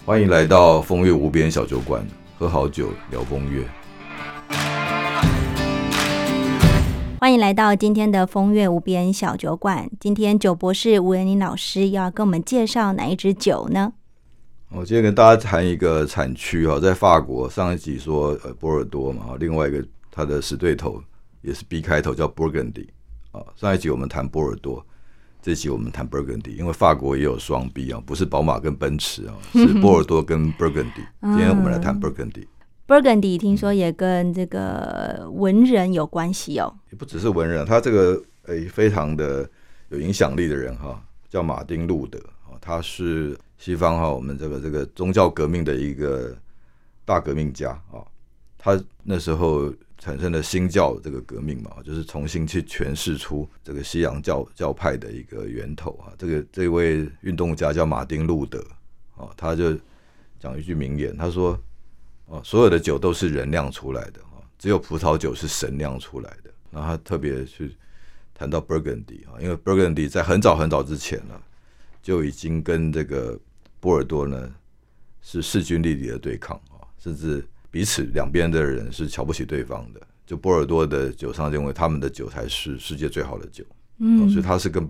欢迎来到风月无边小酒馆，喝好酒聊风月。 欢迎来到今天的风月无边小酒馆。今天酒博士吴元林老师要跟我们介绍哪一支酒呢？ 我今天跟大家谈一个产区，在法国。上一集说波尔多嘛，另外一个它的死对头也是 B 开头，叫 Burgundy。上一集我们谈波尔多，这集我们谈 Burgundy， 因为法国也有双 B 不是宝马跟奔驰是波尔多跟 Burgundy。今天我们来谈 Burgundy。Burgundy 听说也跟这个文人有关系哦。 也不只是文人，他这个非常的有影响力的人叫马丁路德，他是西方我们这个宗教革命的一个大革命家他那时候产生了新教这个革命嘛，就是重新去诠释出这个西洋教派的一个源头这位运动家叫马丁路德他就讲一句名言，他说所有的酒都是人酿出来的只有葡萄酒是神酿出来的。然后他特别去谈到 Burgundy 因为 Burgundy 在很早很早之前就已经跟这个波尔多呢是势均力敌的对抗甚至彼此两边的人是瞧不起对方的。就波尔多的酒商认为他们的酒才是世界最好的酒，所以他是跟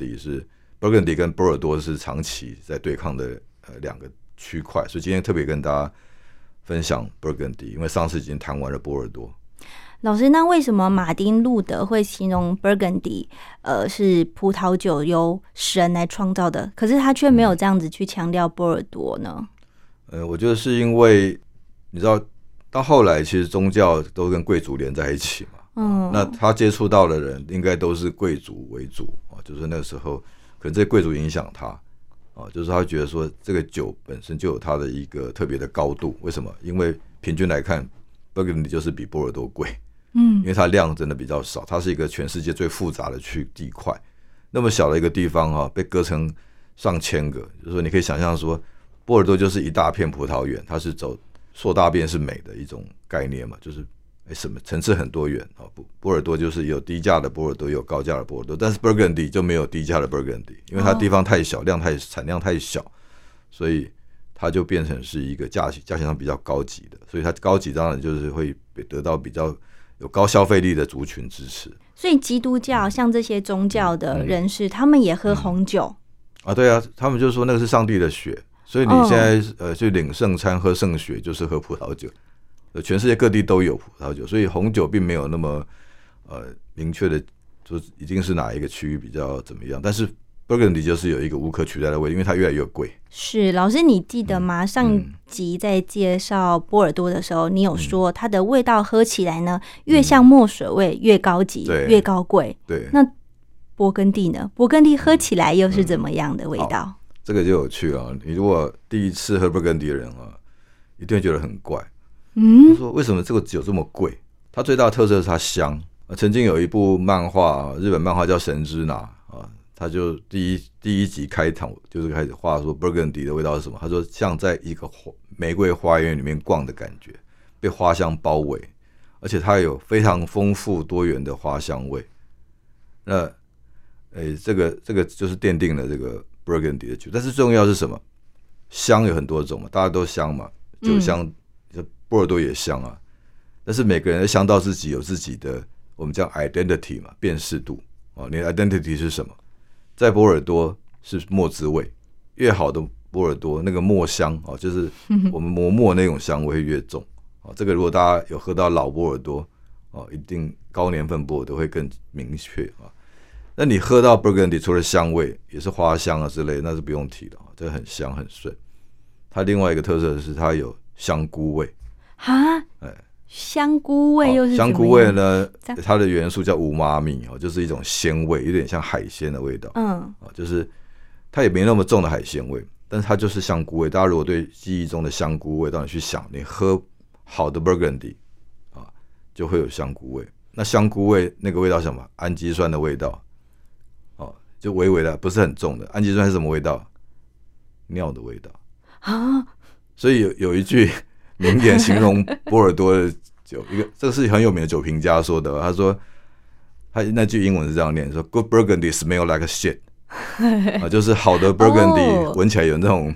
Burgundy 跟波尔多是长期在对抗的两个区块。所以今天特别跟大家分享 Burgundy， 因为上次已经谈完了波尔多。 老师，那为什么马丁路德会形容 Burgundy 是葡萄酒由神来创造的，可是他却没有这样子去强调波尔多呢？ 我觉得是因为你知道到后来其实宗教都跟贵族连在一起嘛，那他接触到的人应该都是贵族为主就是那个时候可能这些贵族影响他就是他觉得说这个酒本身就有它的一个特别的高度。为什么？因为平均来看 Burgundy 就是比波尔多贵，因为它量真的比较少，它是一个全世界最复杂的地块，那么小的一个地方被割成上千个，就是说你可以想象说波尔多就是一大片葡萄园，它是走硕大便是美的一种概念嘛，就是什么层次很多元波尔多就是有低价的波尔多，有高价的波尔多，但是 Burgundy 就没有低价的 Burgundy， 因为它地方太小，产量太小，所以它就变成是一个价钱上比较高级的，所以它高级当然就是会得到比较有高消费力的族群支持。 所以基督教像这些宗教的人士，他们也喝红酒对啊，他们就说那个是上帝的血，所以你现在去领圣餐喝圣血就是喝葡萄酒。全世界各地都有葡萄酒，所以红酒并没有那么明确的说一定是哪一个区域比较怎么样，但是 Burgundy 就是有一个无可取代的味，因为它越来越贵。 是，老师你记得吗？上集在介绍波尔多的时候，你有说它的味道喝起来呢，越像墨水味越高级，越高贵。 对， 那勃艮第呢？勃艮第喝起来又是怎么样的味道？ 这个就有趣了。你如果第一次喝 Burgundy 的人一定会觉得很怪。他说为什么这个酒这么贵？它最大的特色是它香。曾经有一部漫画，日本漫画叫《神之拿》他就第一集开头就是开始画说 Burgundy 的味道是什么？他说像在一个玫瑰花园里面逛的感觉，被花香包围，而且它有非常丰富多元的花香味。那这个就是奠定了这个 Burgundy 的酒。但是重要是什么？香有很多种嘛，大家都香嘛，酒香。波尔多也香但是每个人的香到自己有自己的我们叫 identity 嘛，辨识度你的 identity 是什么？在波尔多是墨汁味，越好的波尔多那个墨香就是我们磨墨那种香味会越重这个如果大家有喝到老波尔多一定高年份波尔多会更明确那你喝到 Burgundy 除了香味也是花香之类的，那是不用提的这个很香很顺。它另外一个特色是它有香菇味香菇味又是怎么样？ 香菇味呢？它的元素叫乌妈咪就是一种鲜味，有点像海鲜的味道。就是它也没那么重的海鲜味，但是它就是香菇味。大家如果对记忆中的香菇味道你去想，你喝好的 Burgundy 就会有香菇味。那香菇味那个味道是什么？氨基酸的味道就微微的，不是很重的。氨基酸是什么味道？尿的味道所以有一句名言形容波尔多的酒，这个是很有名的酒评家说的。他说，他那句英文是这样念：说 "Good Burgundy smell like a shit"，就是好的 Burgundy 闻起来有那种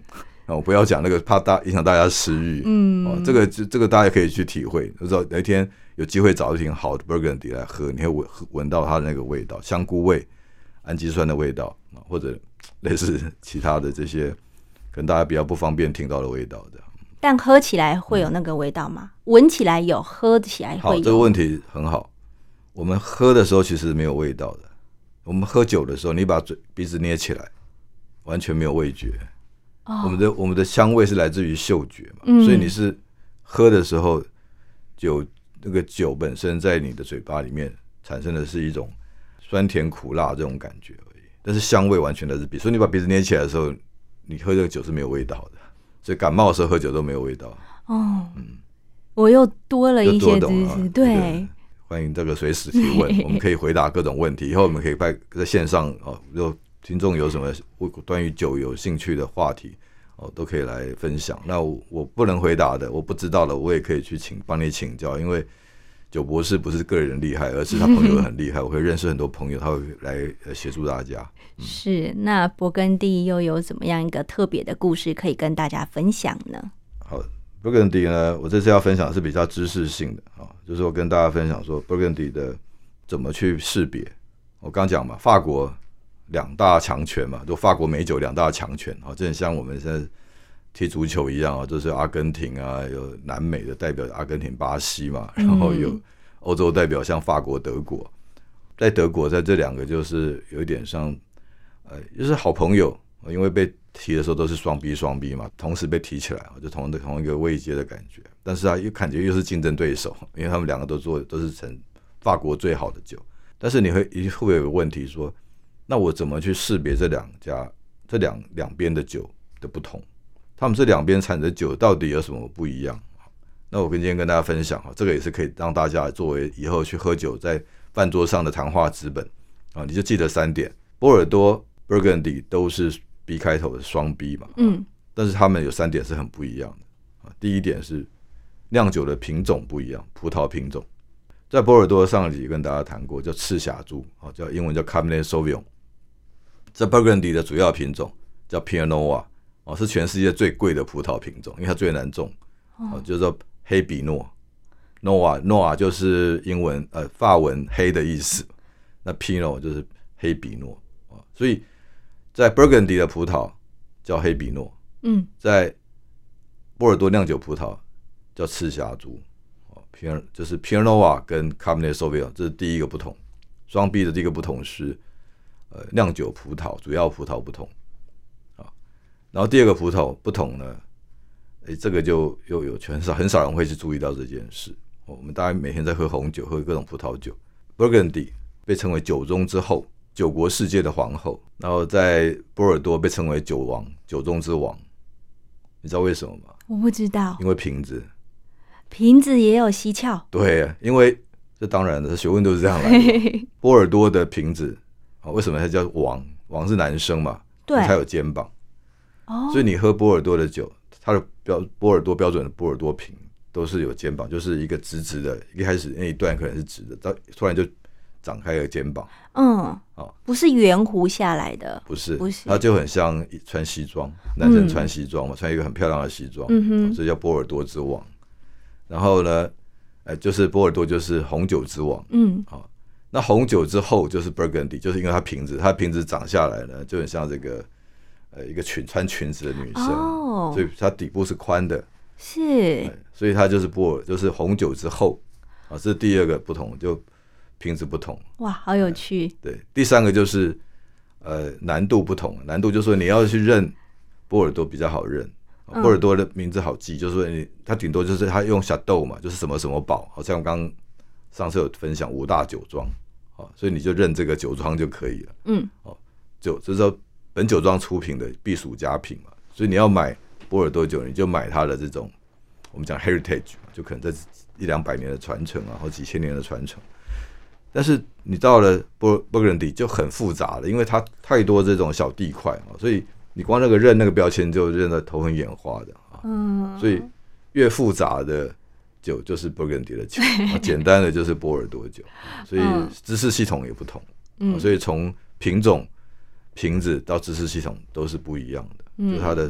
我不要讲那个怕影响大家食欲。这个大家可以去体会。就知道哪一天有机会找一瓶好的 Burgundy 来喝，你会闻到它的那个味道，香菇味、氨基酸的味道，或者类似其他的这些可能大家比较不方便听到的味道的。 但喝起来会有那个味道吗？闻起来有，喝起来会有。 好，这个问题很好。我们喝的时候其实没有味道的。我们喝酒的时候，你把鼻子捏起来，完全没有味觉。我们的香味是来自于嗅觉嘛，所以你是喝的时候，那个酒本身在你的嘴巴里面产生的是一种酸甜苦辣这种感觉而已，但是香味完全来自鼻。所以你把鼻子捏起来的时候，你喝这个酒是没有味道的。所以感冒的时候喝酒都没有味道。 我又多了一些知识。对， 欢迎这个随时提问，我们可以回答各种问题。以后我们可以在线上如果听众有什么关于酒有兴趣的话题都可以来分享。那我不能回答的，我不知道的，我也可以去帮你请教。因为酒博士不是个人厉害，而是他朋友很厉害，我会认识很多朋友，他会来协助大家。 是，那勃艮第又有怎么样一个特别的故事可以跟大家分享呢？ 好，勃艮第呢，我这次要分享的是比较知识性的就是我跟大家分享说勃艮第的怎么去识别。我刚讲嘛，法国两大强权嘛，就法国美酒两大强权这很像我们现在踢足球一样就是阿根廷啊，有南美的代表阿根廷、巴西嘛，然后有欧洲代表像法国、德国。在德国，在这两个就是有一点像就是好朋友，因为被提的时候都是双 B 嘛，同时被提起来，就同一个位阶的感觉。但是又感觉又是竞争对手，因为他们两个都是成法国最好的酒。但是你会有个问题说，那我怎么去识别这两边的酒的不同？他们这两边产的酒到底有什么不一样？那我今天跟大家分享，这个也是可以让大家作为以后去喝酒在饭桌上的谈话资本你就记得3点。波尔多、Burgundy 都是 B 开头的双 B 嘛，但是他们有3点是很不一样的。第一点是酿酒的品种不一样，葡萄品种。在波尔多上一集跟大家谈过，叫赤霞珠，叫英文叫 Cabernet Sauvignon。在 Burgundy 的主要品种叫 Pinot Noir，是全世界最贵的葡萄品种，因为它最难种，叫做黑比诺。Noir 就是英文法文黑的意思，那 Pinot 就是黑比诺。所以在 Burgundy 的葡萄叫黑比诺，在波尔多酿酒葡萄叫赤霞珠，就是 Pinot Noir 跟 Cabernet Sauvignon， 这是第一个不同。双 B 的第一个不同是酿酒葡萄主要葡萄不同，然后第二个葡萄不同呢，这个就又有很少人会去注意到这件事。我们大家每天在喝红酒，喝各种葡萄酒。Burgundy 被称为酒中之后，酒国世界的皇后，然后在波尔多被称为酒王，酒中之王。你知道为什么吗？ 我不知道。因为瓶子也有蹊跷。 对，因为这当然的学问都是这样来的。波尔多的瓶子为什么它叫王？王是男生嘛，对，它有肩膀。所以你喝波尔多的酒，它的波尔多标准的波尔多瓶都是有肩膀，就是一个直直的，一开始那一段可能是直的，到突然就长开了肩膀。 不是圆弧下来的， 不是，它就很像穿西装，男生穿西装嘛，穿一个很漂亮的西装，所以叫波尔多之王。然后呢，就是波尔多就是红酒之王。那红酒之后就是 Burgundy， 就是因为它的瓶子长下来呢，就很像这个一个穿裙子的女生，所以它底部是宽的， 是， 所以它就是就是红酒之后这是第二个不同，就瓶子不同。 哇，好有趣。 对，第三个就是难度不同，难度就是说你要去认波尔多比较好认，波尔多的名字好记，就是说它顶多就是它用 Chateau 嘛，就是什么什么堡，好像刚上次有分享5大酒庄，所以你就认这个酒庄就可以了。就是说本酒庄出品的必属佳品嘛，所以你要买波尔多酒，你就买它的这种我们讲 heritage， 就可能在100-200年的传承或几千年的传承。但是你到了Burgundy就很复杂了，因为它太多这种小地块，所以你光那个认那个标签就认得头很眼花的。所以越复杂的酒就是 Burgundy 的酒，简单的就是波尔多酒，所以知识系统也不同。所以从品种、瓶子到知识系统都是不一样的，就它的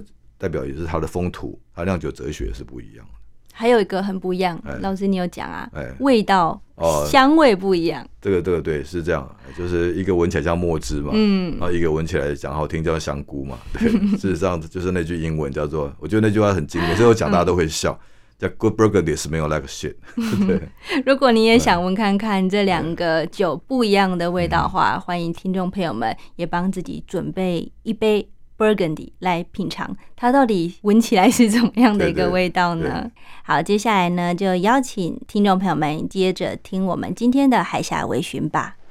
代表也是它的风土，它酿酒哲学是不一样的。 还有一个很不一样，老师你有讲啊，味道、香味不一样。 这个对，是这样，就是一个闻起来像墨汁嘛，然后一个闻起来讲好听叫香菇嘛，对，事实上就是那句英文叫做，我觉得那句话很精，每次我讲大家都会笑。叫 Good Burgundy smell like shit 对。 如果你也想闻看看这两个酒不一样的味道的话，欢迎听众朋友们也帮自己准备一杯 Burgundy 来品尝，它到底闻起来是怎么样的一个味道呢？对，好，接下来呢就邀请听众朋友们接着听我们今天的海峡微醺吧。